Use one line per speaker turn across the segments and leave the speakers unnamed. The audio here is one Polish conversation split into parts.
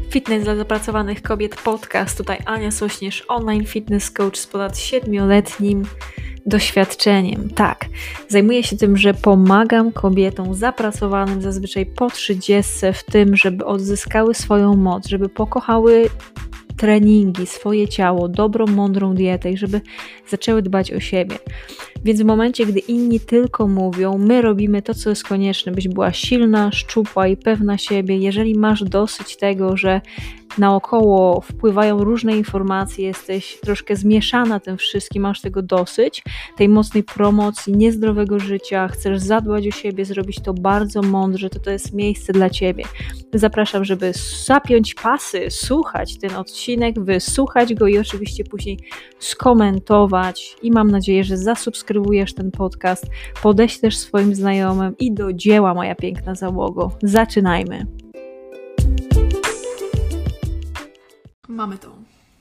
Fitness dla zapracowanych kobiet podcast. Tutaj Ania Sośnierz, online fitness coach z ponad 7-letnim doświadczeniem. Tak, zajmuję się tym, że pomagam kobietom zapracowanym zazwyczaj po 30 w tym, żeby odzyskały swoją moc, żeby pokochały treningi, swoje ciało, dobrą, mądrą dietę i żeby zaczęły dbać o siebie. Więc w momencie, gdy inni tylko mówią, my robimy to, co jest konieczne, byś była silna, szczupła i pewna siebie. Jeżeli masz dosyć tego, że naokoło wpływają różne informacje, jesteś troszkę zmieszana tym wszystkim, masz tego dosyć, tej mocnej promocji, niezdrowego życia, chcesz zadbać o siebie, zrobić to bardzo mądrze, to jest miejsce dla Ciebie. Zapraszam, żeby zapiąć pasy, słuchać ten odcinek, wysłuchać go i oczywiście później skomentować i mam nadzieję, że zasubskrybujesz ten podcast, podeślesz swoim znajomym i do dzieła, moja piękna załogo. Zaczynajmy! Mamy to.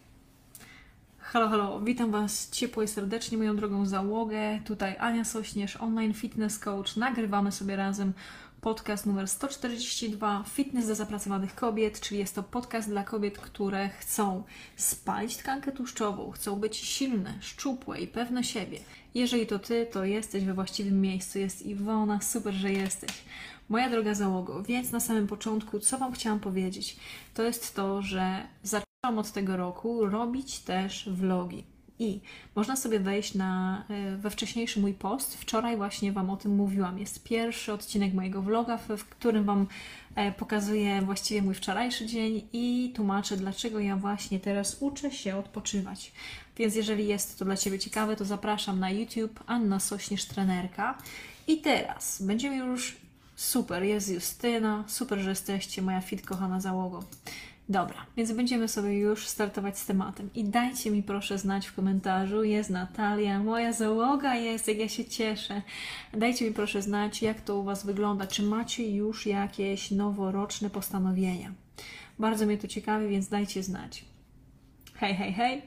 Halo, witam Was ciepło i serdecznie, moją drogą załogę. Tutaj Ania Sośnierz, online fitness coach. Nagrywamy sobie razem podcast numer 142, Fitness dla zapracowanych kobiet, czyli jest to podcast dla kobiet, które chcą spalić tkankę tłuszczową, chcą być silne, szczupłe i pewne siebie. Jeżeli to Ty, to jesteś we właściwym miejscu. Jest Iwona, super, że jesteś. Moja droga załogo, więc na samym początku, co Wam chciałam powiedzieć, to jest to, że zaczęłam od tego roku robić też vlogi. I można sobie wejść we wcześniejszy mój post. Wczoraj właśnie Wam o tym mówiłam. Jest pierwszy odcinek mojego vloga, w którym Wam pokazuję właściwie mój wczorajszy dzień i tłumaczę, dlaczego ja właśnie teraz uczę się odpoczywać. Więc jeżeli jest to dla Ciebie ciekawe, to zapraszam na YouTube, Anna Sośnierz trenerka. I teraz będziemy już... Super, jest Justyna, super, że jesteście, moja fit kochana załogo. Dobra, więc będziemy sobie już startować z tematem. I dajcie mi proszę znać w komentarzu, jest Natalia, moja załoga jest, jak ja się cieszę. Dajcie mi proszę znać, jak to u Was wygląda, czy macie już jakieś noworoczne postanowienia. Bardzo mnie to ciekawi, więc dajcie znać. Hej.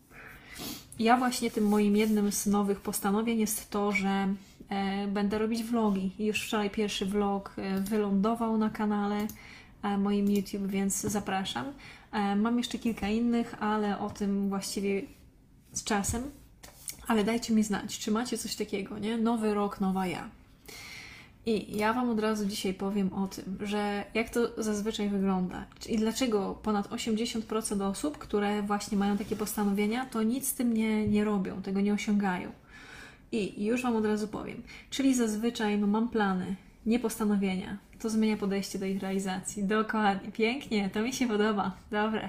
Ja właśnie tym moim jednym z nowych postanowień jest to, że będę robić vlogi. Już wczoraj pierwszy vlog wylądował na kanale moim YouTube, więc zapraszam. Mam jeszcze kilka innych, ale o tym właściwie z czasem. Ale dajcie mi znać, czy macie coś takiego, nie? Nowy rok, nowa ja. I ja Wam od razu dzisiaj powiem o tym, że jak to zazwyczaj wygląda i dlaczego ponad 80% osób, które właśnie mają takie postanowienia, to nic z tym nie robią, tego nie osiągają. I już Wam od razu powiem, czyli zazwyczaj mam plany, nie postanowienia, to zmienia podejście do ich realizacji. Dokładnie, pięknie, to mi się podoba, dobre.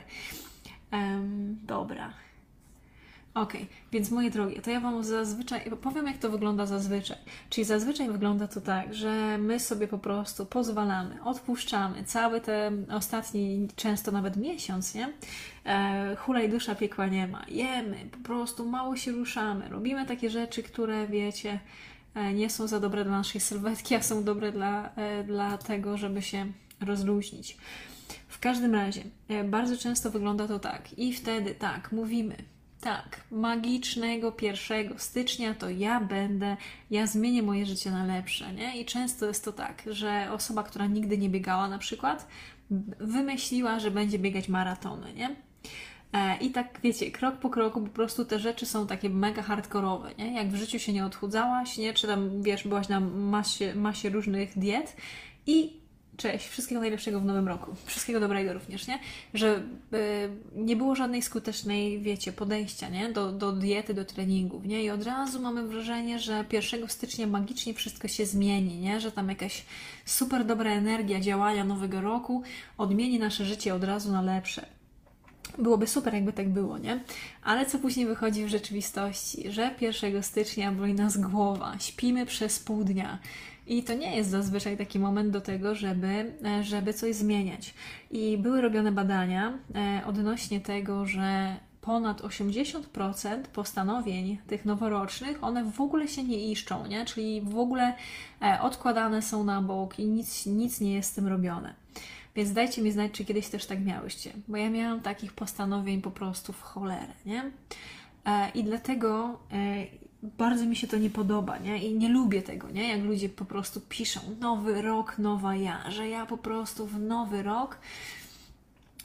Dobra. Okej, więc moje drogie, to ja Wam zazwyczaj powiem, jak to wygląda zazwyczaj. Czyli zazwyczaj wygląda to tak, że my sobie po prostu pozwalamy, odpuszczamy cały ten ostatni, często nawet miesiąc, nie? Hulaj dusza, piekła nie ma. Jemy, po prostu mało się ruszamy. Robimy takie rzeczy, które, wiecie, nie są za dobre dla naszej sylwetki, a są dobre dla tego, żeby się rozluźnić. W każdym razie, bardzo często wygląda to tak. I wtedy tak, mówimy, tak, magicznego 1 stycznia to ja zmienię moje życie na lepsze, nie? I często jest to tak, że osoba, która nigdy nie biegała na przykład, wymyśliła, że będzie biegać maratony, nie? I tak, wiecie, krok po kroku po prostu te rzeczy są takie mega hardkorowe, nie? Jak w życiu się nie odchudzałaś, nie? Czy tam, wiesz, byłaś na masie różnych diet i cześć, wszystkiego najlepszego w nowym roku. Wszystkiego dobrego również, nie? Że nie było żadnej skutecznej, wiecie, podejścia, nie? Do diety, do treningów, nie? I od razu mamy wrażenie, że 1 stycznia magicznie wszystko się zmieni, nie? Że tam jakaś super dobra energia działania nowego roku odmieni nasze życie od razu na lepsze. Byłoby super, jakby tak było, nie? Ale co później wychodzi w rzeczywistości? Że 1 stycznia boli nas głowa, śpimy przez pół dnia. I to nie jest zazwyczaj taki moment do tego, żeby coś zmieniać. I były robione badania odnośnie tego, że ponad 80% postanowień tych noworocznych, one w ogóle się nie iszczą, nie? Czyli w ogóle odkładane są na bok i nic nie jest z tym robione. Więc dajcie mi znać, czy kiedyś też tak miałyście, bo ja miałam takich postanowień po prostu w cholerę, nie? I dlatego bardzo mi się to nie podoba, nie? I nie lubię tego, nie? Jak ludzie po prostu piszą nowy rok, nowa ja, że ja po prostu w nowy rok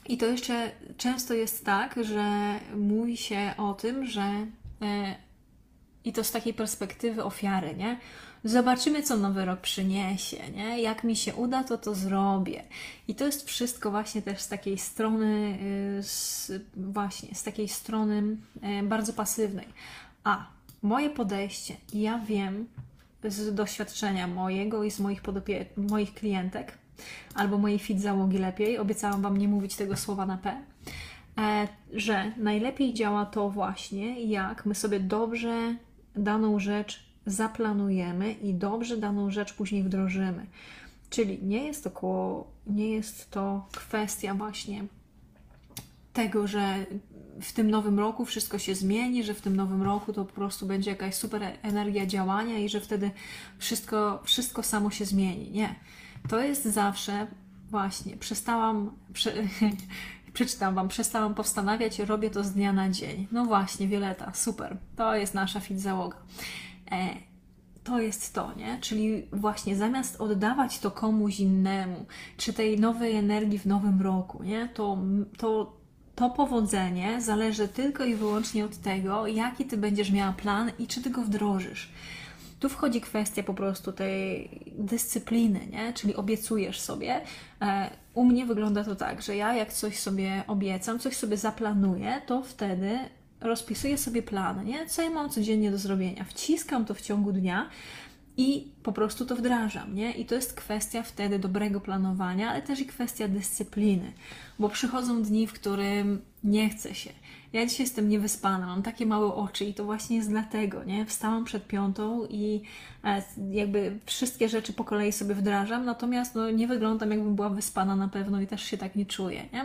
I to jeszcze często jest tak, że mówi się o tym, że i to z takiej perspektywy ofiary, nie? Zobaczymy, co nowy rok przyniesie, nie? Jak mi się uda, to zrobię. I to jest wszystko właśnie też z takiej strony, z takiej strony bardzo pasywnej. A moje podejście, ja wiem z doświadczenia mojego i z moich klientek, albo mojej fit załogi lepiej, obiecałam Wam nie mówić tego słowa na P, że najlepiej działa to właśnie, jak my sobie dobrze daną rzecz zaplanujemy i dobrze daną rzecz później wdrożymy. Czyli nie jest to kwestia właśnie tego, że w tym nowym roku wszystko się zmieni, że w tym nowym roku to po prostu będzie jakaś super energia działania i że wtedy wszystko samo się zmieni. Nie. To jest zawsze właśnie, przeczytam Wam, przestałam postanawiać, robię to z dnia na dzień. No właśnie, Wioleta, super, to jest nasza fit załoga. To jest to, nie? Czyli właśnie zamiast oddawać to komuś innemu, czy tej nowej energii w nowym roku, nie? To powodzenie zależy tylko i wyłącznie od tego, jaki Ty będziesz miała plan i czy Ty go wdrożysz. Tu wchodzi kwestia po prostu tej dyscypliny, nie? Czyli obiecujesz sobie. U mnie wygląda to tak, że ja jak coś sobie obiecam, coś sobie zaplanuję, to wtedy rozpisuję sobie plan, nie? Co ja mam codziennie do zrobienia. Wciskam to w ciągu dnia i po prostu to wdrażam, nie? I to jest kwestia wtedy dobrego planowania, ale też i kwestia dyscypliny, bo przychodzą dni, w którym nie chce się. Ja dzisiaj jestem niewyspana, mam takie małe oczy i to właśnie jest dlatego, nie? Wstałam przed 5 i jakby wszystkie rzeczy po kolei sobie wdrażam, natomiast no, nie wyglądam, jakbym była wyspana na pewno i też się tak nie czuję, nie?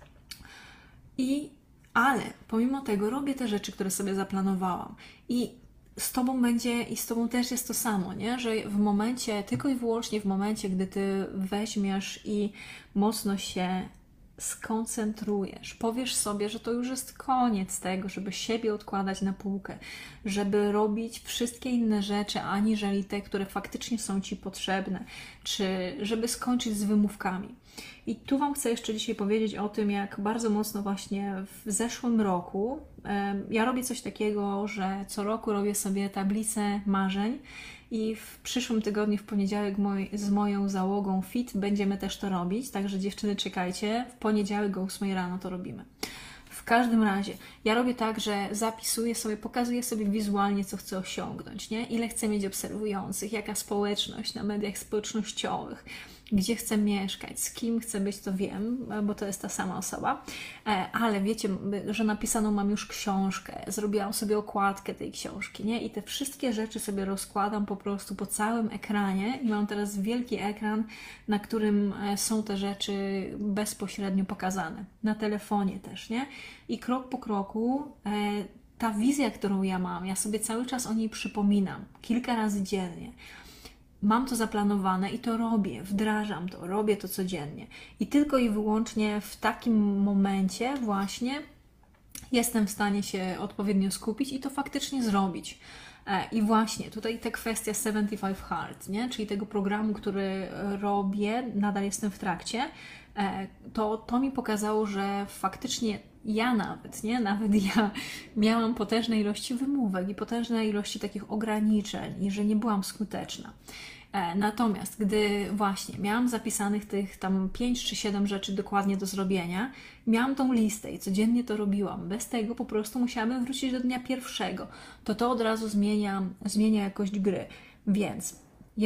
Ale pomimo tego robię te rzeczy, które sobie zaplanowałam i z Tobą też jest to samo, nie? Że tylko i wyłącznie w momencie, gdy Ty weźmiesz i mocno się skoncentrujesz, powiesz sobie, że to już jest koniec tego, żeby siebie odkładać na półkę, żeby robić wszystkie inne rzeczy, aniżeli te, które faktycznie są Ci potrzebne, czy żeby skończyć z wymówkami. I tu Wam chcę jeszcze dzisiaj powiedzieć o tym, jak bardzo mocno właśnie w zeszłym roku ja robię coś takiego, że co roku robię sobie tablicę marzeń i w przyszłym tygodniu, w poniedziałek z moją załogą FIT będziemy też to robić, także dziewczyny czekajcie, w poniedziałek o 8 rano to robimy. W każdym razie, ja robię tak, że zapisuję sobie, pokazuję sobie wizualnie, co chcę osiągnąć, nie? Ile chcę mieć obserwujących, jaka społeczność na mediach społecznościowych, gdzie chcę mieszkać, z kim chcę być, to wiem, bo to jest ta sama osoba, ale wiecie, że napisaną mam już książkę, zrobiłam sobie okładkę tej książki, nie? I te wszystkie rzeczy sobie rozkładam po prostu po całym ekranie i mam teraz wielki ekran, na którym są te rzeczy bezpośrednio pokazane. Na telefonie też, nie? I krok po kroku ta wizja, którą ja mam, ja sobie cały czas o niej przypominam, kilka razy dziennie. Mam to zaplanowane i to robię, wdrażam to, robię to codziennie. I tylko i wyłącznie w takim momencie właśnie jestem w stanie się odpowiednio skupić i to faktycznie zrobić. I właśnie tutaj ta kwestia 75 Hard, nie? Czyli tego programu, który robię, nadal jestem w trakcie, to mi pokazało, że faktycznie nawet ja miałam potężne ilości wymówek i potężne ilości takich ograniczeń i że nie byłam skuteczna. Natomiast gdy właśnie miałam zapisanych tych tam 5 czy 7 rzeczy dokładnie do zrobienia, miałam tą listę i codziennie to robiłam. Bez tego po prostu musiałabym wrócić do dnia pierwszego. To od razu zmienia jakość gry. Więc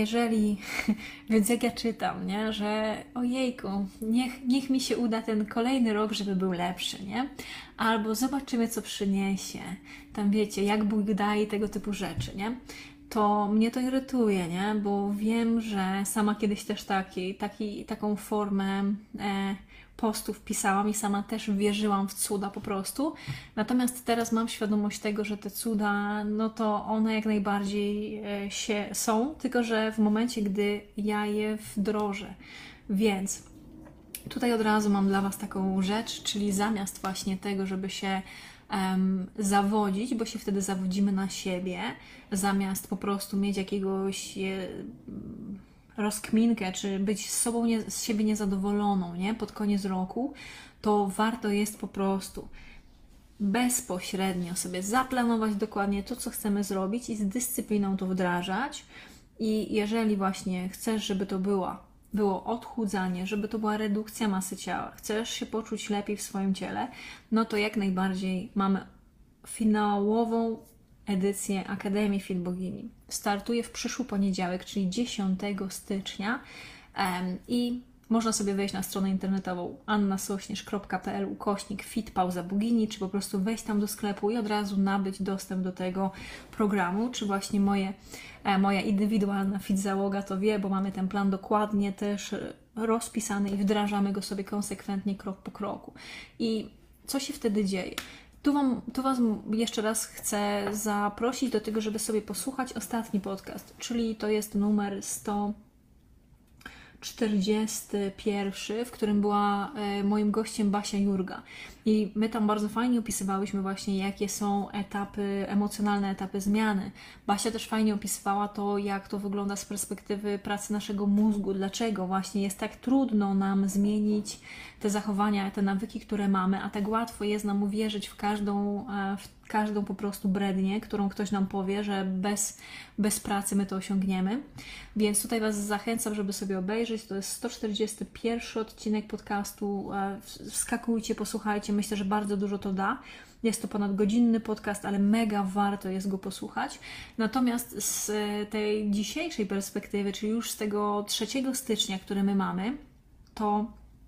jak ja czytam, nie, że ojejku, niech mi się uda ten kolejny rok, żeby był lepszy, nie? Albo zobaczymy, co przyniesie. Tam wiecie, jak Bóg daje tego typu rzeczy, nie? To mnie to irytuje, nie? Bo wiem, że sama kiedyś też taką formę postów pisałam i sama też wierzyłam w cuda po prostu. Natomiast teraz mam świadomość tego, że te cuda, no to one jak najbardziej są, tylko że w momencie, gdy ja je wdrożę. Więc tutaj od razu mam dla Was taką rzecz, czyli zamiast właśnie tego, żeby się zawodzić, bo się wtedy zawodzimy na siebie, zamiast po prostu mieć jakiegoś rozkminkę, czy być z siebie niezadowoloną, nie? Pod koniec roku, to warto jest po prostu bezpośrednio sobie zaplanować dokładnie to, co chcemy zrobić i z dyscypliną to wdrażać. I jeżeli właśnie chcesz, żeby to było odchudzanie, żeby to była redukcja masy ciała, chcesz się poczuć lepiej w swoim ciele, no to jak najbardziej mamy finałową edycję Akademii Fit Bogini. Startuje w przyszły poniedziałek, czyli 10 stycznia i można sobie wejść na stronę internetową annasośnierz.pl/fit-bogini, czy po prostu wejść tam do sklepu i od razu nabyć dostęp do tego programu, czy właśnie moja indywidualna fit załoga to wie, bo mamy ten plan dokładnie też rozpisany i wdrażamy go sobie konsekwentnie krok po kroku. I co się wtedy dzieje? Tu Was jeszcze raz chcę zaprosić do tego, żeby sobie posłuchać ostatni podcast, czyli to jest numer 141, w którym była moim gościem Basia Jurga. I my tam bardzo fajnie opisywałyśmy właśnie, jakie są emocjonalne etapy zmiany. Basia też fajnie opisywała to, jak to wygląda z perspektywy pracy naszego mózgu, dlaczego właśnie jest tak trudno nam zmienić te zachowania, te nawyki, które mamy, a tak łatwo jest nam uwierzyć w każdą po prostu brednię, którą ktoś nam powie, że bez pracy my to osiągniemy. Więc tutaj Was zachęcam, żeby sobie obejrzeć. To jest 141 odcinek podcastu. Wskakujcie, posłuchajcie. Myślę, że bardzo dużo to da. Jest to ponadgodzinny podcast, ale mega warto jest go posłuchać. Natomiast z tej dzisiejszej perspektywy, czyli już z tego 3 stycznia, który my mamy, to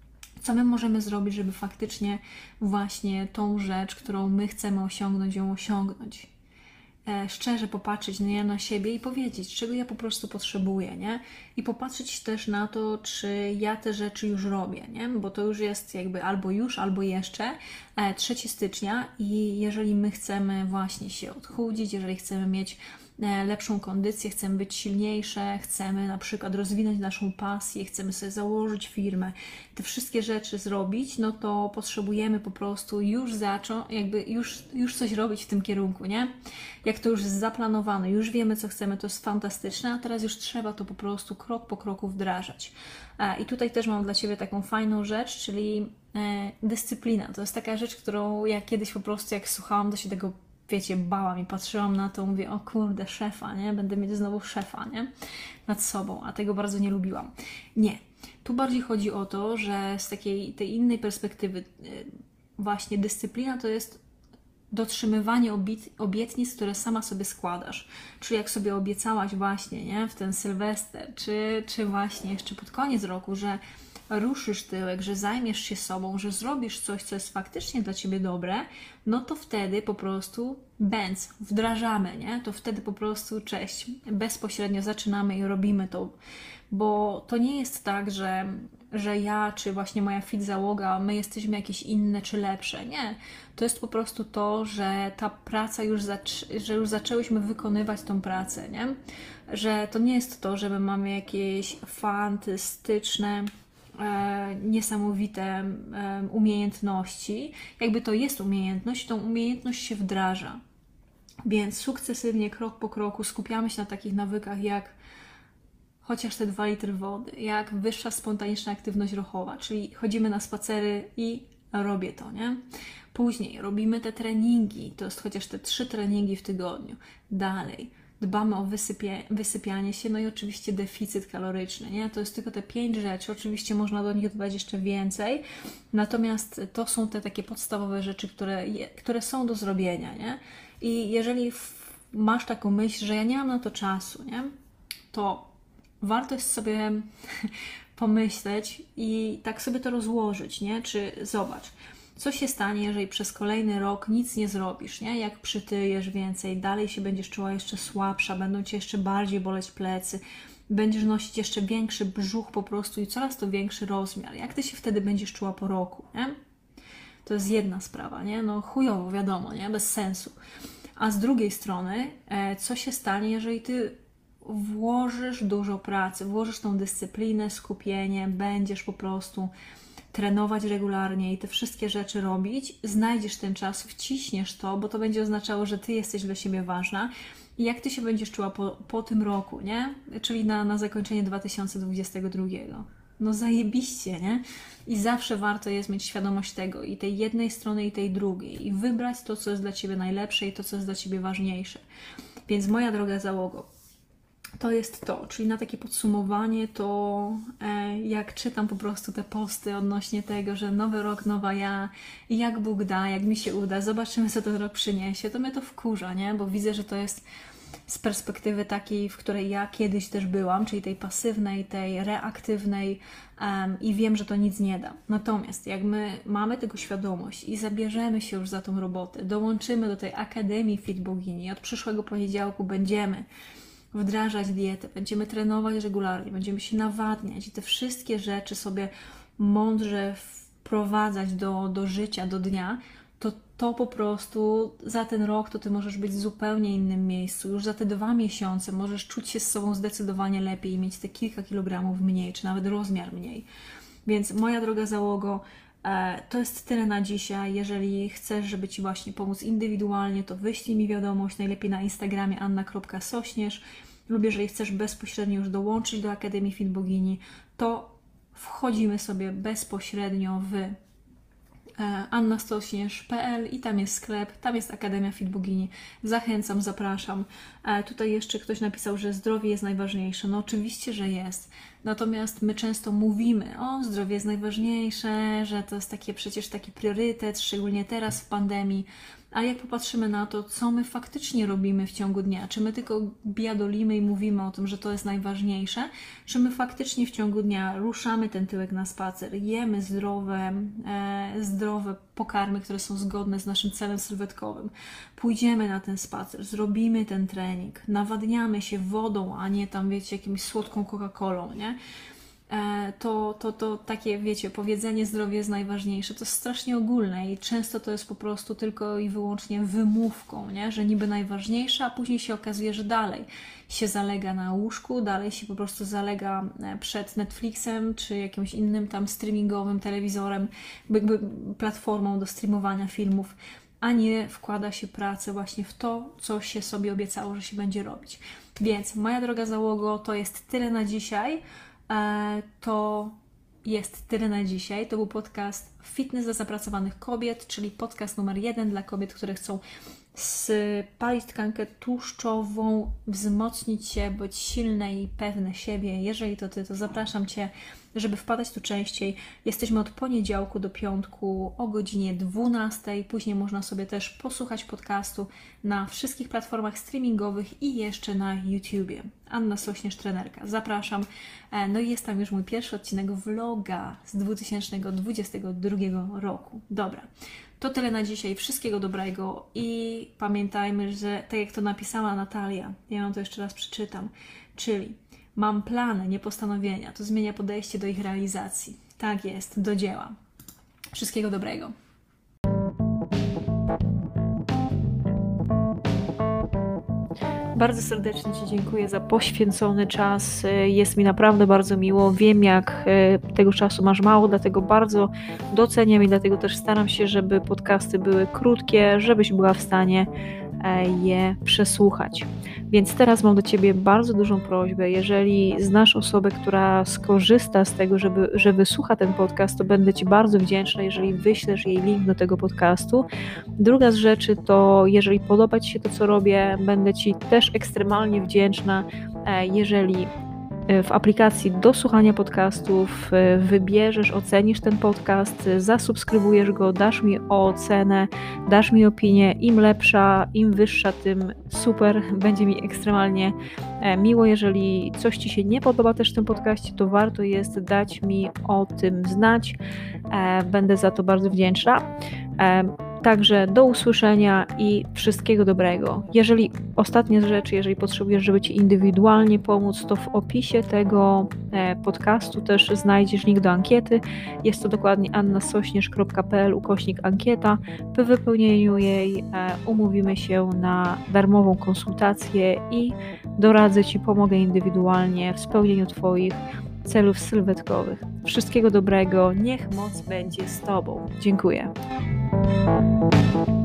co my możemy zrobić, żeby faktycznie właśnie tą rzecz, którą my chcemy osiągnąć, ją osiągnąć. Szczerze popatrzeć na siebie i powiedzieć, czego ja po prostu potrzebuję, nie? I popatrzeć też na to, czy ja te rzeczy już robię, nie? Bo to już jest jakby albo już, albo jeszcze 3 stycznia i jeżeli my chcemy właśnie się odchudzić, jeżeli chcemy mieć lepszą kondycję, chcemy być silniejsze, chcemy na przykład rozwinąć naszą pasję, chcemy sobie założyć firmę, te wszystkie rzeczy zrobić, no to potrzebujemy po prostu już zacząć, jakby już coś robić w tym kierunku, nie? Jak to już jest zaplanowane, już wiemy, co chcemy, to jest fantastyczne, a teraz już trzeba to po prostu krok po kroku wdrażać. I tutaj też mam dla Ciebie taką fajną rzecz, czyli dyscyplina. To jest taka rzecz, którą ja kiedyś po prostu, jak słuchałam, to się tego bałam i patrzyłam na to, mówię, o kurde, szefa, nie? Będę mieć znowu szefa, nie? Nad sobą, a tego bardzo nie lubiłam. Nie. Tu bardziej chodzi o to, że z tej innej perspektywy właśnie dyscyplina to jest dotrzymywanie obietnic, które sama sobie składasz. Czyli jak sobie obiecałaś właśnie, nie? W ten Sylwester, czy właśnie jeszcze pod koniec roku, że ruszysz tyłek, że zajmiesz się sobą, że zrobisz coś, co jest faktycznie dla Ciebie dobre, no to wtedy po prostu wdrażamy, nie? To wtedy po prostu bezpośrednio zaczynamy i robimy to, bo to nie jest tak, że ja, czy właśnie moja fit załoga, my jesteśmy jakieś inne czy lepsze. Nie. To jest po prostu to, że ta praca że już zaczęłyśmy wykonywać tą pracę, nie? Że to nie jest to, że my mamy jakieś fantastyczne, niesamowite umiejętności. Jakby to jest umiejętność, tą umiejętność się wdraża. Więc sukcesywnie, krok po kroku skupiamy się na takich nawykach jak chociaż te 2 litry wody, jak wyższa spontaniczna aktywność ruchowa, czyli chodzimy na spacery i robię to, nie? Później robimy te treningi, to jest chociaż te 3 treningi w tygodniu. Dalej dbamy o wysypianie się, no i oczywiście deficyt kaloryczny, nie? To jest tylko te 5 rzeczy, oczywiście można do nich dodać jeszcze więcej, natomiast to są te takie podstawowe rzeczy, które są do zrobienia, nie? I jeżeli masz taką myśl, że ja nie mam na to czasu, nie? To warto jest sobie pomyśleć i tak sobie to rozłożyć, nie? Czy zobacz, co się stanie, jeżeli przez kolejny rok nic nie zrobisz, nie? Jak przytyjesz więcej, dalej się będziesz czuła jeszcze słabsza, będą Cię jeszcze bardziej boleć plecy, będziesz nosić jeszcze większy brzuch po prostu i coraz to większy rozmiar. Jak Ty się wtedy będziesz czuła po roku, nie? To jest jedna sprawa, nie? No chujowo, wiadomo, nie? Bez sensu. A z drugiej strony, co się stanie, jeżeli Ty włożysz dużo pracy, włożysz tą dyscyplinę, skupienie, będziesz po prostu trenować regularnie i te wszystkie rzeczy robić, znajdziesz ten czas, wciśniesz to, bo to będzie oznaczało, że Ty jesteś dla siebie ważna I jak Ty się będziesz czuła po tym roku, nie? Czyli na zakończenie 2022. No zajebiście, nie? I zawsze warto jest mieć świadomość tego i tej jednej strony i tej drugiej i wybrać to, co jest dla Ciebie najlepsze i to, co jest dla Ciebie ważniejsze. Więc moja droga załogo, to jest to, czyli na takie podsumowanie to jak czytam po prostu te posty odnośnie tego, że nowy rok, nowa ja i jak Bóg da, jak mi się uda, zobaczymy co ten rok przyniesie, to mnie to wkurza, nie? Bo widzę, że to jest z perspektywy takiej, w której ja kiedyś też byłam, czyli tej pasywnej, tej reaktywnej i wiem, że to nic nie da. Natomiast jak my mamy tego świadomość i zabierzemy się już za tą robotę, dołączymy do tej Akademii Fit Bogini, od przyszłego poniedziałku będziemy wdrażać dietę, będziemy trenować regularnie, będziemy się nawadniać i te wszystkie rzeczy sobie mądrze wprowadzać do życia, do dnia, to po prostu za ten rok to Ty możesz być w zupełnie innym miejscu. Już za te 2 miesiące możesz czuć się z sobą zdecydowanie lepiej i mieć te kilka kilogramów mniej, czy nawet rozmiar mniej. Więc moja droga załogo, to jest tyle na dzisiaj. Jeżeli chcesz, żeby Ci właśnie pomóc indywidualnie, to wyślij mi wiadomość, najlepiej na Instagramie anna.sośnierz lub jeżeli chcesz bezpośrednio już dołączyć do Akademii Fit Bogini, to wchodzimy sobie bezpośrednio w annasośnierz.pl i tam jest sklep, tam jest Akademia Fit Bogini. Zachęcam, zapraszam. Tutaj jeszcze ktoś napisał, że zdrowie jest najważniejsze. No oczywiście, że jest. Natomiast my często mówimy, o zdrowie jest najważniejsze, że to jest przecież taki priorytet, szczególnie teraz w pandemii. Ale jak popatrzymy na to, co my faktycznie robimy w ciągu dnia, czy my tylko biadolimy i mówimy o tym, że to jest najważniejsze, czy my faktycznie w ciągu dnia ruszamy ten tyłek na spacer, jemy zdrowe pokarmy, które są zgodne z naszym celem sylwetkowym, pójdziemy na ten spacer, zrobimy ten trening, nawadniamy się wodą, a nie tam, wiecie, jakimś słodką Coca-Colą, nie? To takie, wiecie, powiedzenie zdrowie jest najważniejsze, to jest strasznie ogólne i często to jest po prostu tylko i wyłącznie wymówką, nie? Że niby najważniejsze, a później się okazuje, że dalej się zalega na łóżku, dalej się po prostu zalega przed Netflixem czy jakimś innym tam streamingowym telewizorem, jakby platformą do streamowania filmów, a nie wkłada się pracę właśnie w to, co się sobie obiecało, że się będzie robić. Więc moja droga załogo, to jest tyle na dzisiaj. To jest tyle na dzisiaj. To był podcast Fitness dla zapracowanych kobiet, czyli podcast numer 1 dla kobiet, które chcą spalić tkankę tłuszczową, wzmocnić się, być silne i pewne siebie. Jeżeli to Ty, to zapraszam Cię, żeby wpadać tu częściej. Jesteśmy od poniedziałku do piątku o godzinie 12. Później można sobie też posłuchać podcastu na wszystkich platformach streamingowych i jeszcze na YouTubie. Anna Sośnierz, trenerka. Zapraszam. No i jest tam już mój pierwszy odcinek vloga z 2022 roku. Dobra. To tyle na dzisiaj. Wszystkiego dobrego i pamiętajmy, że tak jak to napisała Natalia, ja ją to jeszcze raz przeczytam, czyli mam plany, nie postanowienia. To zmienia podejście do ich realizacji. Tak jest, do dzieła. Wszystkiego dobrego. Bardzo serdecznie Ci dziękuję za poświęcony czas. Jest mi naprawdę bardzo miło. Wiem, jak tego czasu masz mało, dlatego bardzo doceniam i dlatego też staram się, żeby podcasty były krótkie, żebyś była w stanie je przesłuchać. Więc teraz mam do Ciebie bardzo dużą prośbę. Jeżeli znasz osobę, która skorzysta z tego, że wysłucha ten podcast, to będę Ci bardzo wdzięczna, jeżeli wyślesz jej link do tego podcastu. Druga z rzeczy to, jeżeli podoba Ci się to, co robię, będę Ci też ekstremalnie wdzięczna, jeżeli w aplikacji do słuchania podcastów wybierzesz, ocenisz ten podcast, zasubskrybujesz go, dasz mi ocenę, dasz mi opinię. Im lepsza, im wyższa, tym super. Będzie mi ekstremalnie miło. Jeżeli coś Ci się nie podoba też w tym podcaście, to warto jest dać mi o tym znać. Będę za to bardzo wdzięczna. Także do usłyszenia i wszystkiego dobrego. Ostatnia rzecz, jeżeli potrzebujesz, żeby Ci indywidualnie pomóc, to w opisie tego podcastu też znajdziesz link do ankiety. Jest to dokładnie annasośnierz.pl/ankieta. Po wypełnieniu jej umówimy się na darmową konsultację i doradzę Ci, pomogę indywidualnie w spełnieniu Twoich celów sylwetkowych. Wszystkiego dobrego, niech moc będzie z Tobą. Dziękuję.